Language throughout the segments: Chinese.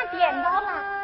颠倒了。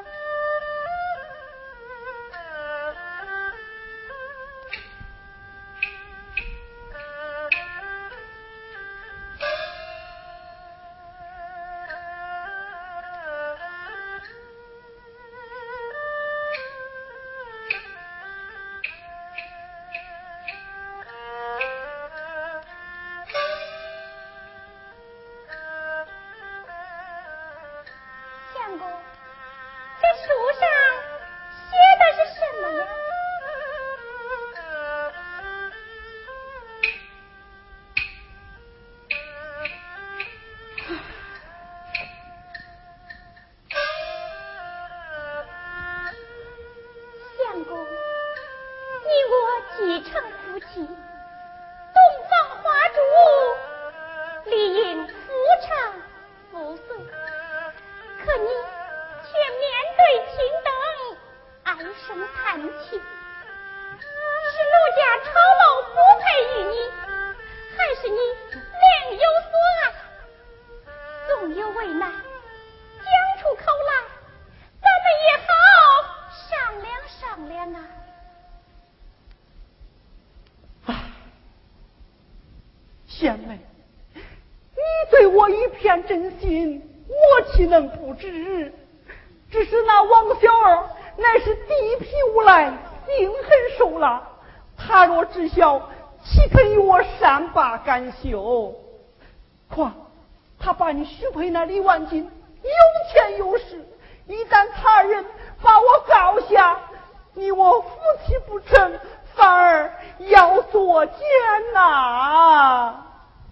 贤妹，你对我一片真心，我岂能不知？只是那王小二乃是地痞无赖，心狠手辣，他若知晓，岂肯与我善罢甘休？况他把你许配那李万金，有钱有势，一旦他人把我告下，你我夫妻不成，反而要作奸呐！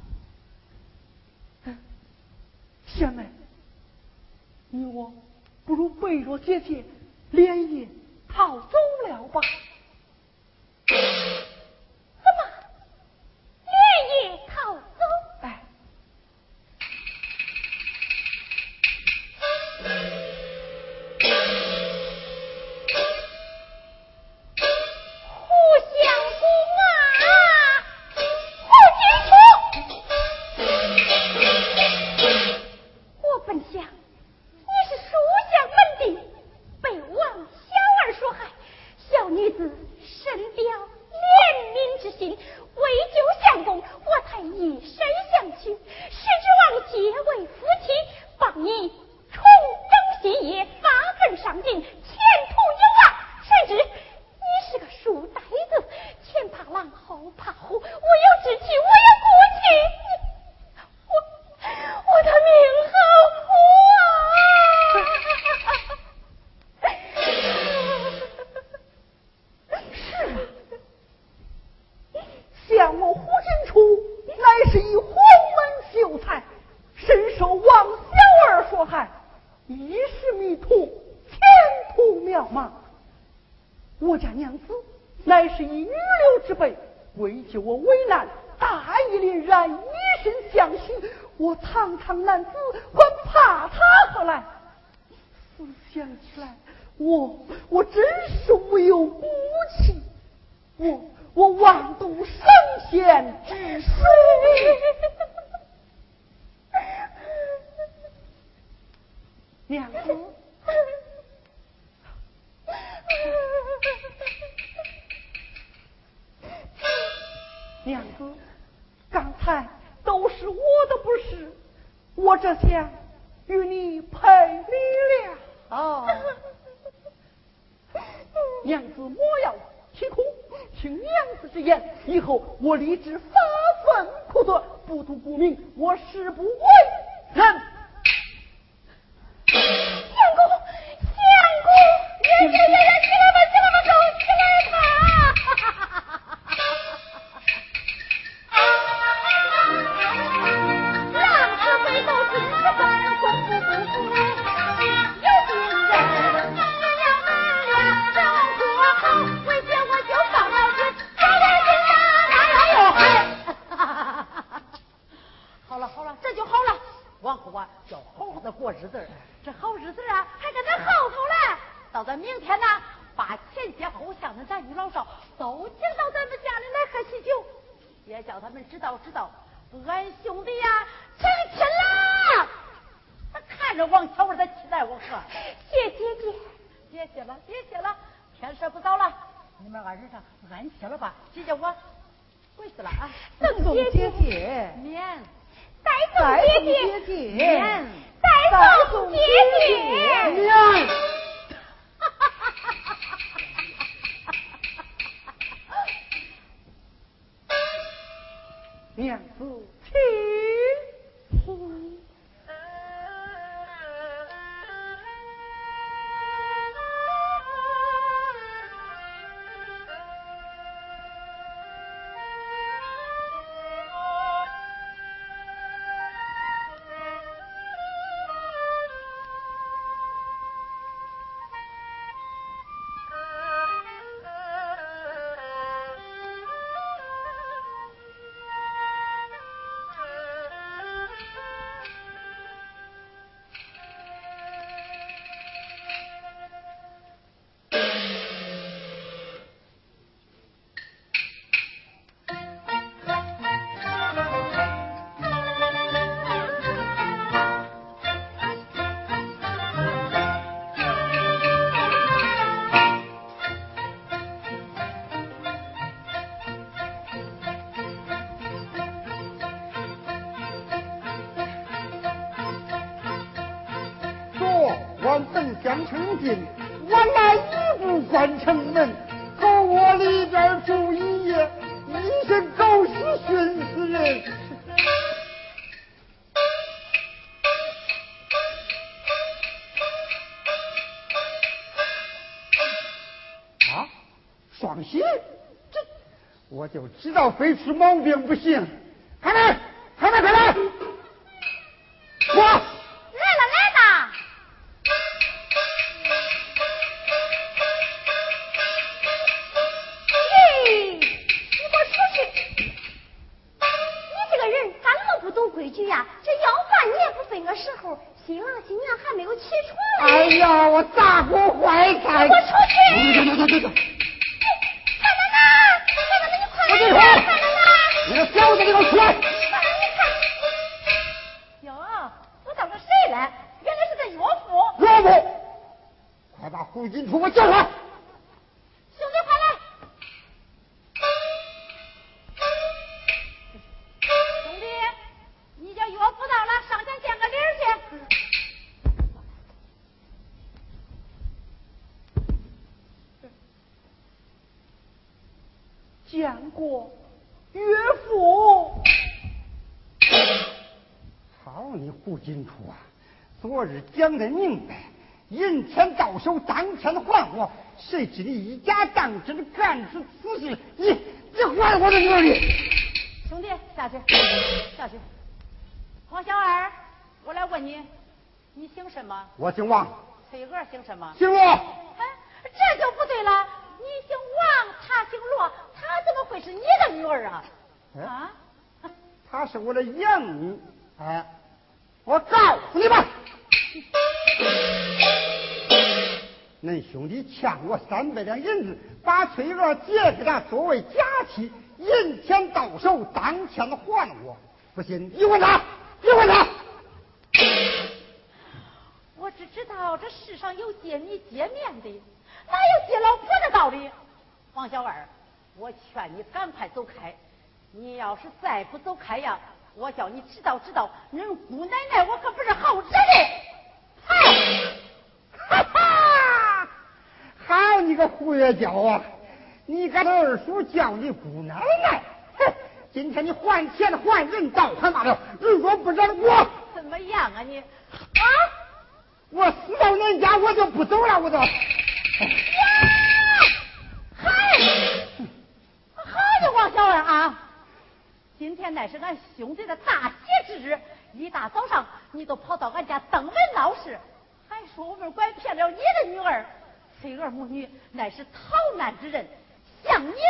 贤妹，你我不如背着姐姐连夜逃走了吧？ 怎么连夜逃走？ 哎，我真是无有骨气，我妄度神仙之水。娘子，娘子，刚才都是我的不是，我这想与你赔礼了。娘子莫要啼哭，听娘子之言，以后我立志发愤苦读，不图功名，我誓不为人。 相公，起来吧，起来吧，浪子回头尽是本，功夫不负有心人。为姐我就放了心，好了，这就好了。往后啊，要好好的过日子。这好日子啊，还跟咱耗头嘞。到咱明天呢，把前些后巷的男女老少都请到咱们家里来喝喜酒，也叫他们知道，俺兄弟呀成亲了。看看着王小文的期待我喝。 谢姐姐， 别谢了，别谢了，天色不早了，你们二人上安歇了吧。姐姐我回去了啊。 宋姐姐， 免。 戴宋姐姐， 免。 戴宋姐姐， 免。娘子，请。成进，我来一步关城门，狗窝里边住一夜，一身狗屎熏死人。啊，双喜，这我就知道非出毛病不行。开门，开门，开门！我。哎呀，我大锅坏菜！ 我出去！ 蔡奶奶，你快点！蔡奶奶， 你个小子，你给我出来！ 哟，我当个谁来？原来是个岳父。 岳父，快把胡金楚给我叫出来！ 兄弟，快来！兄弟，你叫岳父到了，上前见个礼去。 见过岳父。好你胡金楚啊，昨日讲得明白，银钱到手当天还我，谁知你一家当真干出此事，你坏我的女儿你！ 兄弟，下去下去。王小二，我来问你，你姓什么？ 我姓王。 翠娥姓什么？ 姓罗。 哎，这就不对了，你姓王，他姓罗，他怎么会是你的女儿啊？啊？ 她是我的养女。哎，我告诉你吧，恁兄弟欠我300两银子，把翠娥借给他作为假期，银钱到手当天还我。不信你问他，你问他。 我只知道这世上有借你借面的，哪有借老婆的道理？王小二，我劝你赶快走开。你要是再不走开呀，我叫你知道知道，人姑奶奶我可不是好惹的。 哈哈，好你个胡月娇啊！你个二叔叫你姑奶奶，哼！今天你还钱还人倒还骂了，如果不然我怎么样啊你？啊！ 我死到恁家我就不走了，我就。 好的，王小二啊！今天乃是俺兄弟的大喜之日，一大早上你都跑到俺家登门闹事，还说我们拐骗了你的女儿。翠娥母女乃是逃难之人，像你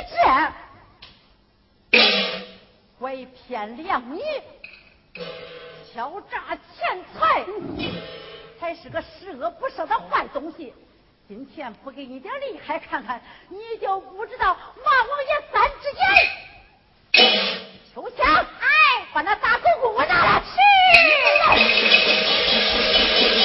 这拐骗良女、敲诈钱财，才是个十恶不赦的坏东西。今天不给你点厉害看看，你就不知道马王爷3只眼。秋香，哎，把那大狗给我拿来吃。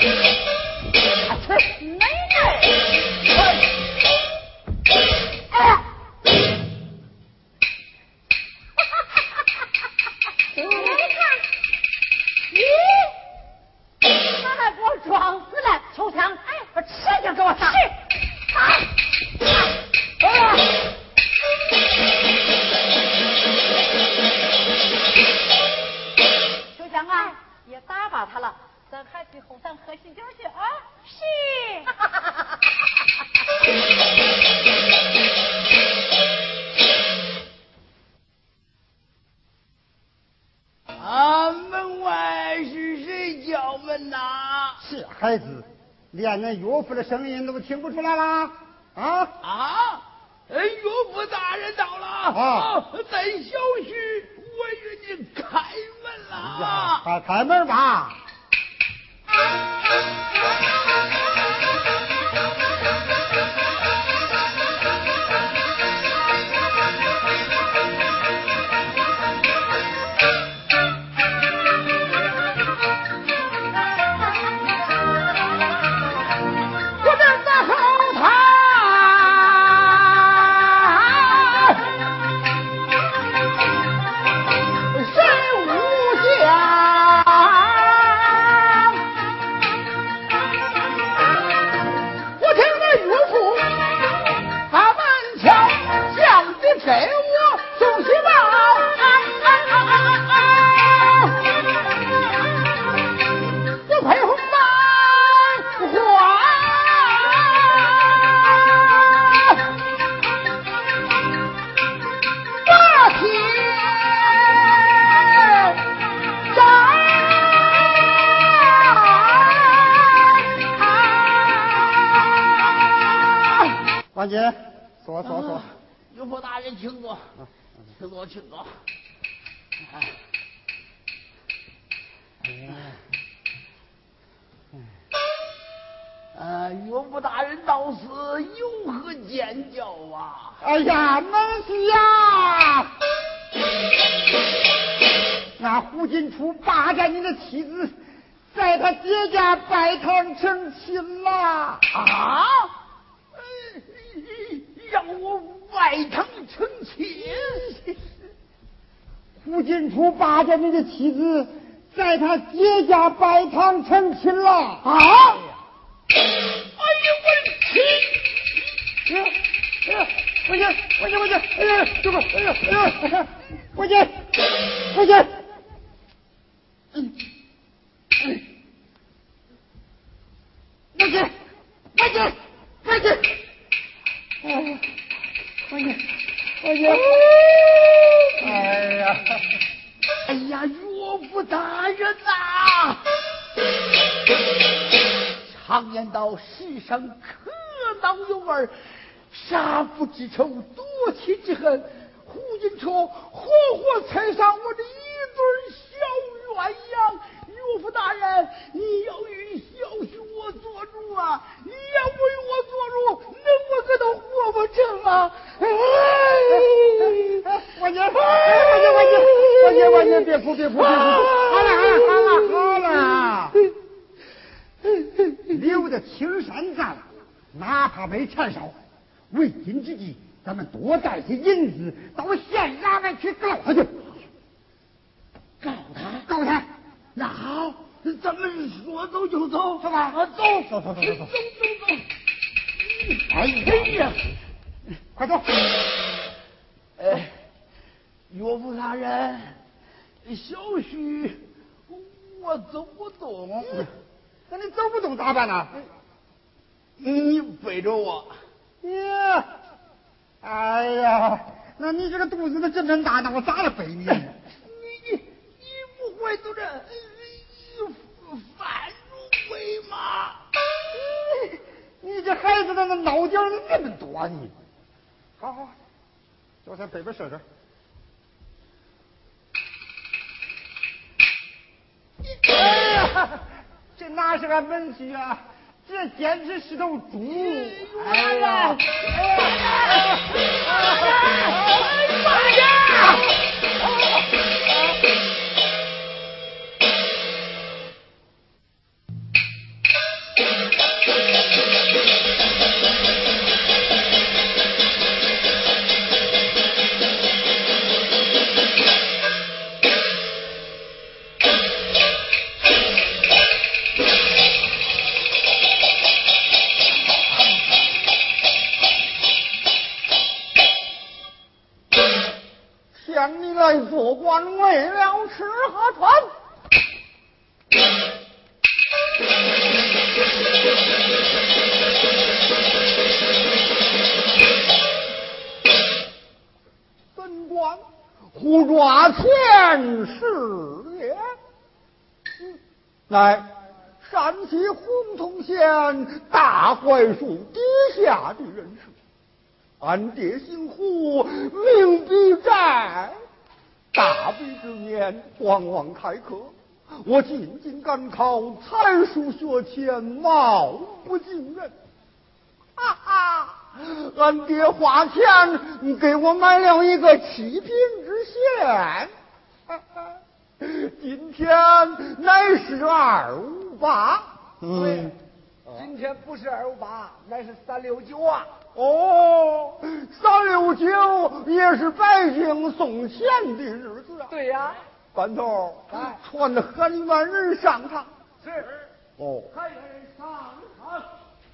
连那岳父的声音都听不出来啦！ 岳父大人到了！在小婿，我与你开门了。 快开门吧！王姐，坐。 岳父大人，请坐，请坐。岳父大人到此有何见教啊？ 哎呀，门婿呀，那胡金初霸占你的妻子，在他爹家拜堂成亲了让我拜堂成亲？ 胡金初霸占你的妻子，在他爹家拜堂成亲了哎呀，我的亲！ 我去！哎呀，这个，我去！ 哎呀，岳父大人呐！常言道，世上可恼有二，杀父之仇，夺妻之恨。胡金初活活踩上我这一对小鸳鸯，岳父大人，你要与小婿我做主啊！你要为我做主，那我可都活不成啊！ 我姐，别哭！好了，留得青山在，哪怕没柴烧。为今之计，咱们多带些银子到县衙门去告他去。告他， 那好，咱们说走就走， 是吧？ 走。 哎呀，快走！ 岳父大人，小婿我走不动。 那你走不动咋办呢？ 你背着我。 哎呀，那你这个肚子都这么大，那我咋了背你？ 你不会都这范如贵吗？ 你这孩子的那脑点怎么那么多呢？好，叫咱背背试试。哎呀，这哪是个门婿啊？这简直是头猪！哎呀！ 吃河川。 本官胡抓前事也，乃山西洪洞县大槐树底下的人士，俺爹姓胡，名必在。大比之年，往往开科，我进京赶考，才疏学浅，貌不惊人。哈哈，俺爹花钱给我买了一个七品知县，今天乃是258。 今天不是258，乃是369啊。 哦，369也是百姓送钱的日子啊。 对呀， 班头，传很远人上场。 是。 哦， 很远人上场。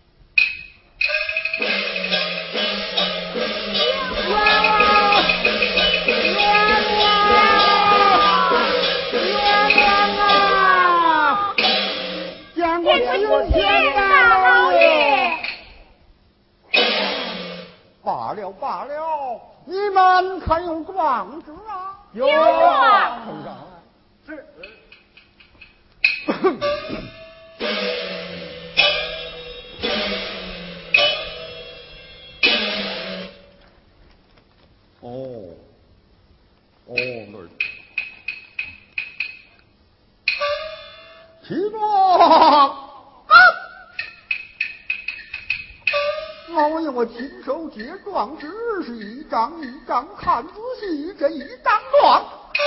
见过天大老爷。 罢了罢了，你们看有状纸啊？ 有啊。 呈上来。 是。 对。起状。老爷，我亲手接状纸，是一张一张看仔细，这一张状。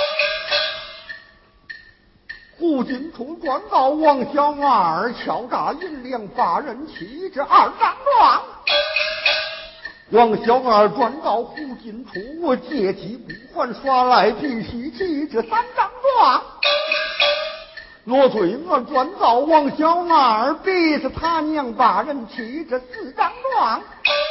胡金初转告王小二敲诈银两8人妻，这2张状。王小二转告胡金初，我借机不还，耍赖皮脾气，这3张状。罗罪我转告王小二，逼死他娘8人妻，这4张状。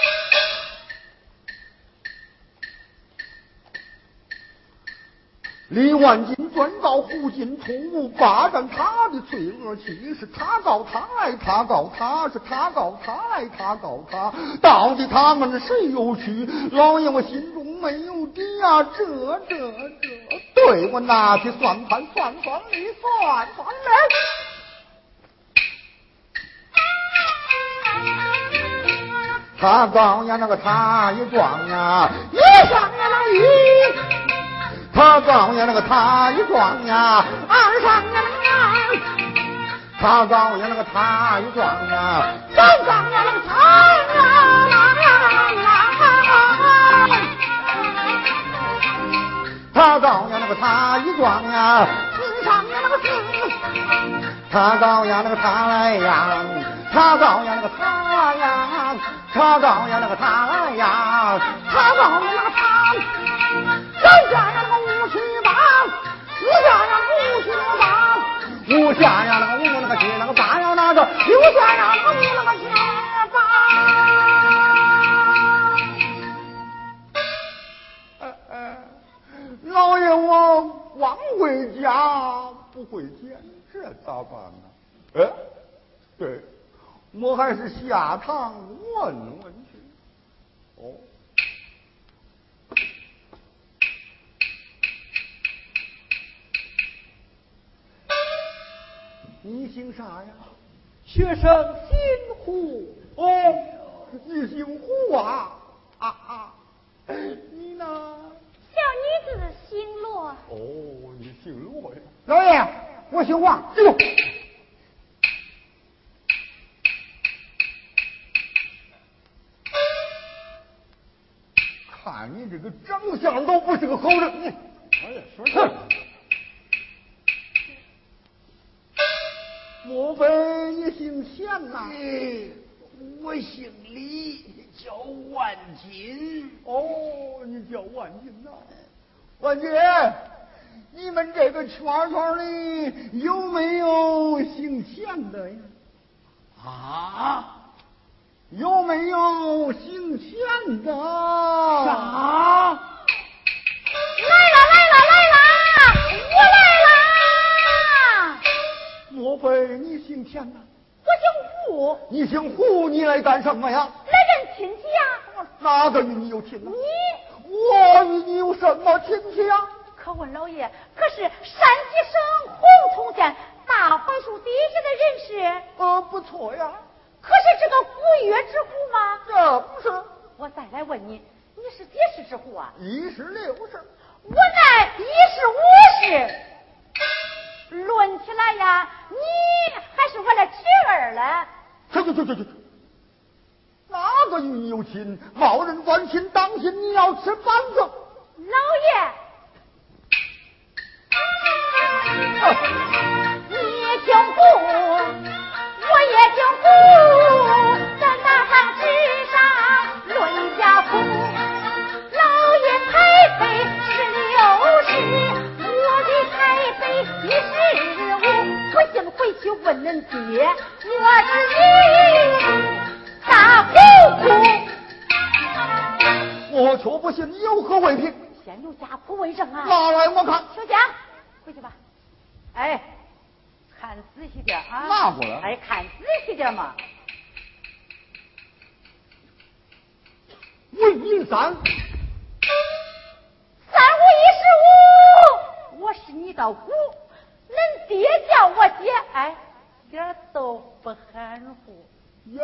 李万金转告胡金初，霸占他的罪恶妻，是他告他来，他告他，是他告他来，他告他，到底他们谁有屈？老爷我心中没有底啊，这，对我拿起算盘，算理。他告呀那个他一状呀，一上呀那个一，他告呀那个他一状呀，2上呀那个2，他告呀那个他一状呀，3上呀那个3呀，他告呀那个他一状呀，4上呀那个4，他告呀那个他来呀，他告呀那个他呀，他告呀那个他来呀，他告呀那个他，3下呀那个5、7、8，4下呀5、7、8，5下呀那个5那个7那个8呀那个6下呀那个5那个7、8。老爷我光会家不会见，这咋办呢？对，我还是下堂问问去。哦，你姓啥呀？ 学生姓胡。 哦，你姓胡啊？你呢？ 小女子姓罗。 哦，你姓罗呀？ 老爷，我姓王。 哎呦，看你这个长相都不是个好人。哎呀，说是。莫非你姓钱呐？ 我姓李，叫万金。 哦，你叫万金呐？万金，你们这个圈圈里有没有姓钱的呀？ 啊？ 有没有姓钱的？ 啥？ 来了！我来了！ 莫非你姓田呐？ 我姓胡。 你姓胡，你来干什么呀？ 来认亲戚呀。 哪个与你有亲呢？ 你。 我与你有什么亲戚呀？ 可问老爷，可是山西省洪洞县大槐树地界的人士？ 不错呀。 可是这个古月之户吗？ 这不是。 我再来问你，你是几世之户啊 ？1世6世。 我乃1世5世。论起来呀，你还是我的侄儿了。 去！哪个与你有亲？冒人关亲，当心你要吃板子。 老爷。你姓胡，我也姓胡，在大堂之上论家谱。老爷台北16世，我的台北15，我先回去问恁爹，我是你大姑姑。 我却不信你有何为凭。 先有家谱为证啊！ 拿来我看。 小江，回去吧。哎，看仔细点啊！ 拿过来。 哎，看仔细点嘛。 魏银3，35115， 我是你的姑，恁爹叫我姐，哎，点都不含糊。 呀！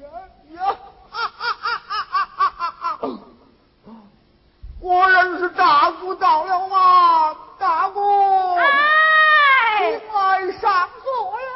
果然是大姑到了啊！大姑， 哎， 你来上座呀！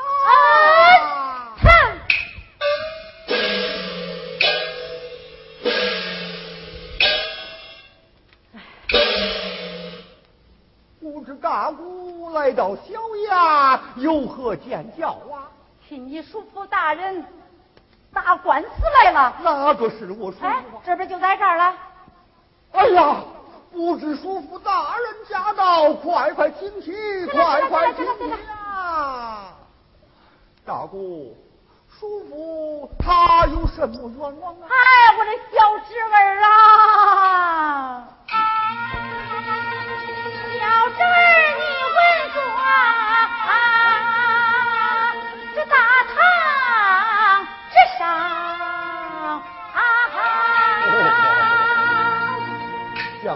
不知大姑来到小衙有何见教啊？ 替你叔父大人打官司来了。 哪个是我叔父？ 哎，这边就在这儿了。 哎呀，不知叔父大人驾到，快请起，快请起呀！大姑，叔父他有什么冤枉啊？ 哎，我的小侄儿啊，小侄儿你闻说这大堂之上讲。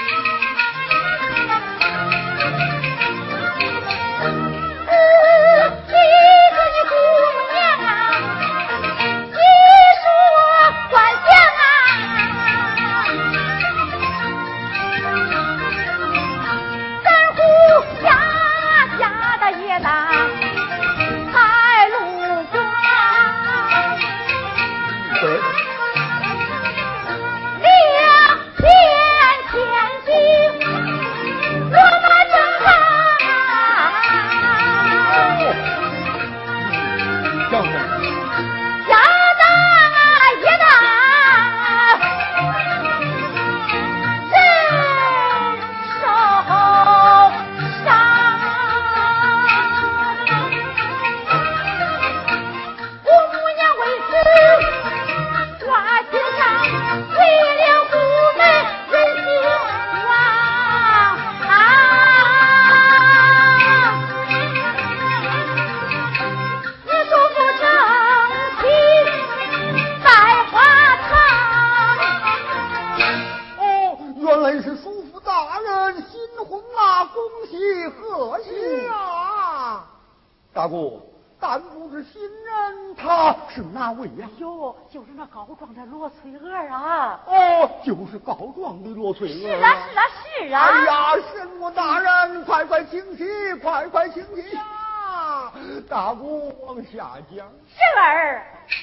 大姑，但不知新人他是哪位呀？ 哟，就是那高壮的罗翠娥啊！ 哦，就是高壮的罗翠娥。 是啊！ 哎呀，神母大人，快请起，快请起呀！大姑往下讲。 侄儿，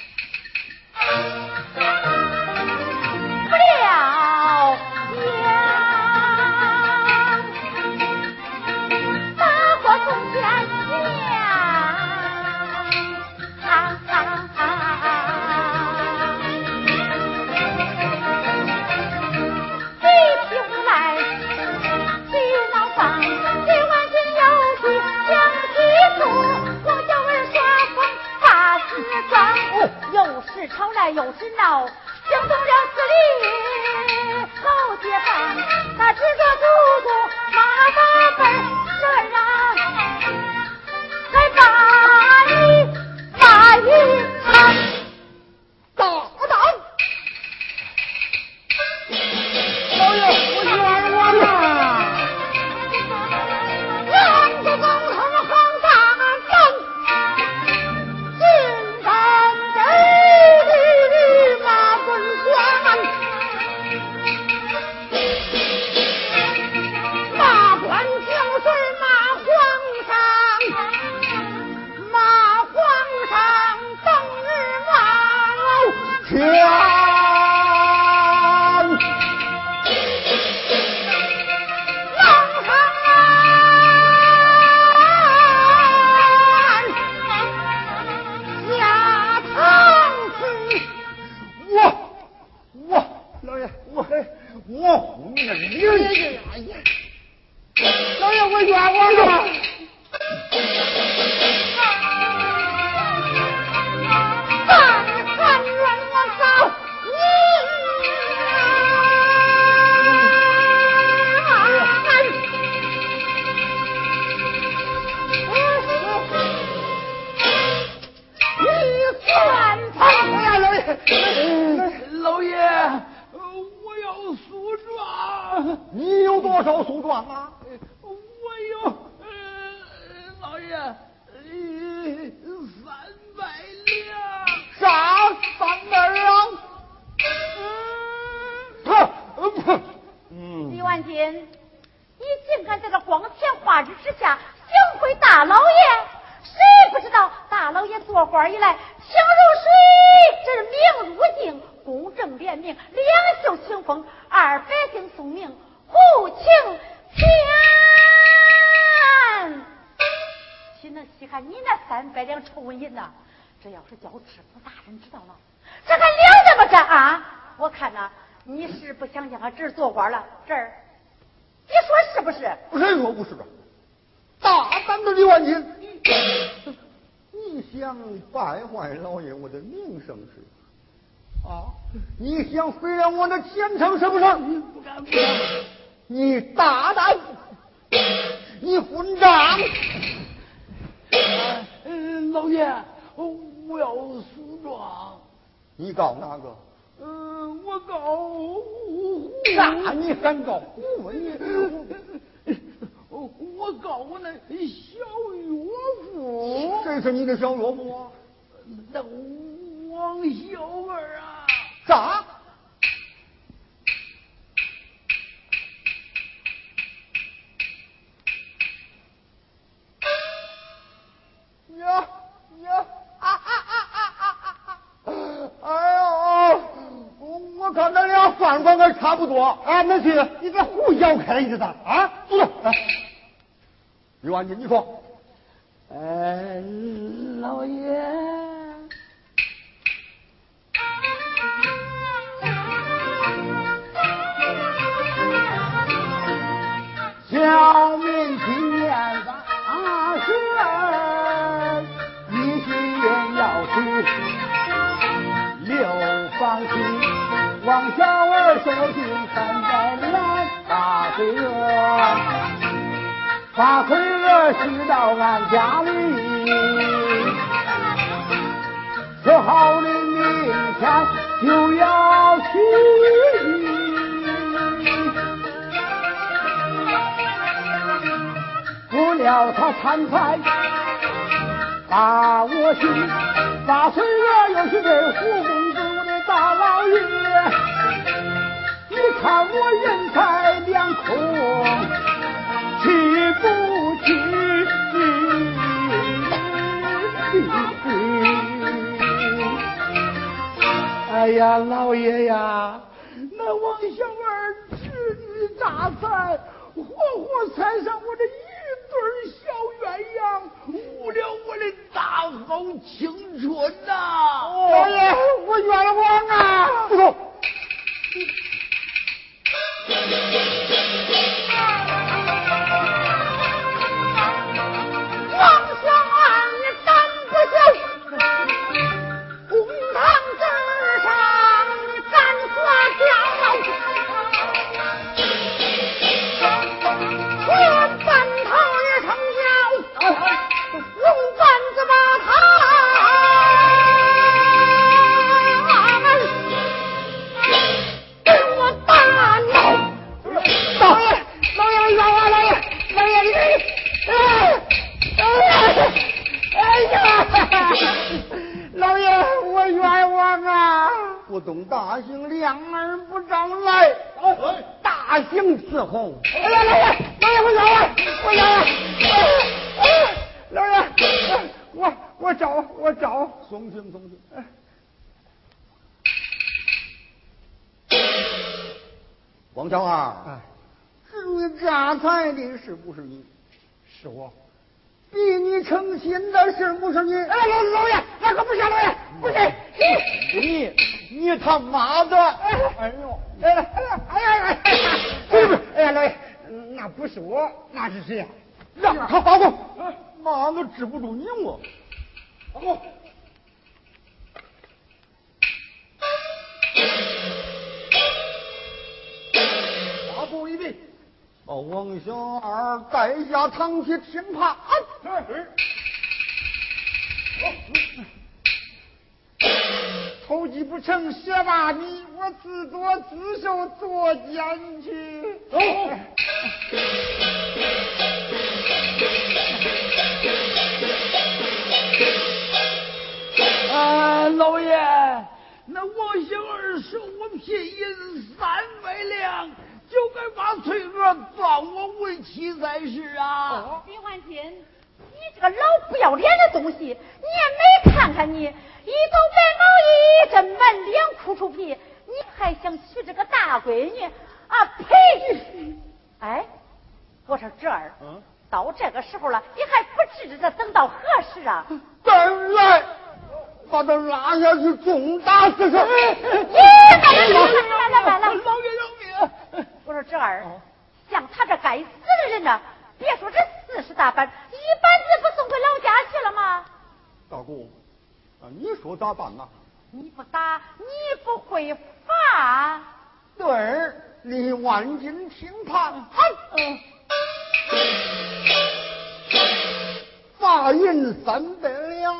不了讲，大伙从前。吵来又是闹，惊动了寺里老街坊，那只个嘟嘟妈妈辈这样才把我呼你个灵！哎呀，老爷，我冤枉了！ 冤枉嫂你算盘呀， 老爷，我要诉状。 你有多少诉状啊？ 我有，老爷，300两。 啥？300两？ 李万金，你竟敢在这光天化日之下行贿大老爷！谁不知道大老爷做官以来清如水，知名如镜，公正廉明，两袖清风，二百姓送命，护情天。岂能稀罕你那300两臭纹银呐？这要是叫知府大人知道了，这还了得吗？这啊，我看呐，你是不想让他这儿做官了？这儿，你说是不是？ 谁说不是啊？大胆的李万金，你想败坏老爷我的名声是啊？你想毁了我的前程是不是？ 你不敢不敢。 你大胆，你混账！ 老爷，我要诉状。 你告哪个？ 我告啥？你敢告我？ 我告我那小岳父。 谁是你的小岳父啊？ 那王小儿啊。 啥？呀！哎呦，我看咱俩饭馆还差不多啊！那去，你这胡摇开了一直打啊！走了，李万金，你说， 老爷， 小民今年80，一心要去6房去，王小儿收进300两大亏额，把亏额许到俺家里，说好的明天就要去。不料他贪财把我去，把岁月又是给胡公主的大老爷，你看我人财两空，去不去？哎呀，老爷呀， 那王小儿智女大才，活活踩上我这一对小鸳鸯，误了我的大好青春呐！ 老爷，我冤枉啊！不走。 王小二，你胆不小，公堂之上你敢耍骄傲，我半头也成交，用板子把他给我打了。 老爷，老爷，冤枉！老爷，老爷，哎呀，老爷，我冤枉啊！不懂大刑，两耳不张来，大刑伺候。哎呀，老爷，老爷，我冤枉，我冤枉！老爷，我找，松性。 王小二，至于榨菜的是不是你？ 是我。 逼你成亲的是不是你？ 哎，老爷，那可不是老爷，不是你他妈的！ 哎呦，不是，哎呀，老爷，那不是我，那是谁呀？ 让他发过，妈的治不住你我。 发过。发过一笔。 把王小二带下堂去听判。 偷鸡不成蚀把米，我自作自受坐监去。走。老爷，那王小二收我聘银300两，就该把翠娥断我为妻才是啊！ 徐焕琴，你这个老不要脸的东西，你也没看看你，一头白毛衣，这满脸哭出皮，你还想娶这个大闺女啊？呸！哎，我说这儿，到这个时候了，你还不治这等到何时啊？ 等来。把他拉下去，重打死他！ 来， 老爷饶命！ 我说这儿，像他这该死的人呢，别说这40大板，1板子不送回老家去了吗？ 大姑，你说咋办呐？ 你不打，你不会罚。 对儿，你万金听判，罚银300两。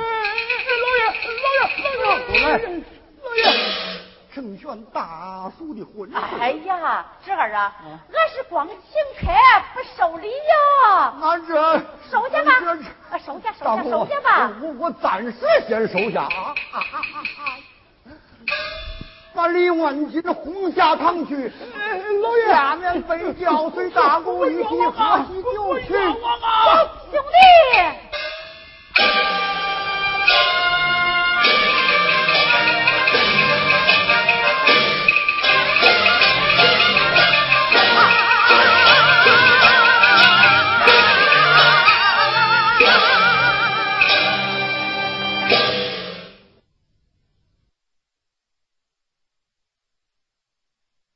老爷，成全大叔的婚事。 哎呀，这儿啊，俺是光请客不收礼呀。 那这收下吧，收下吧。 我暂时先收下啊！把李万金轰下堂去，老爷下面被叫随大姑一起喝喜酒去。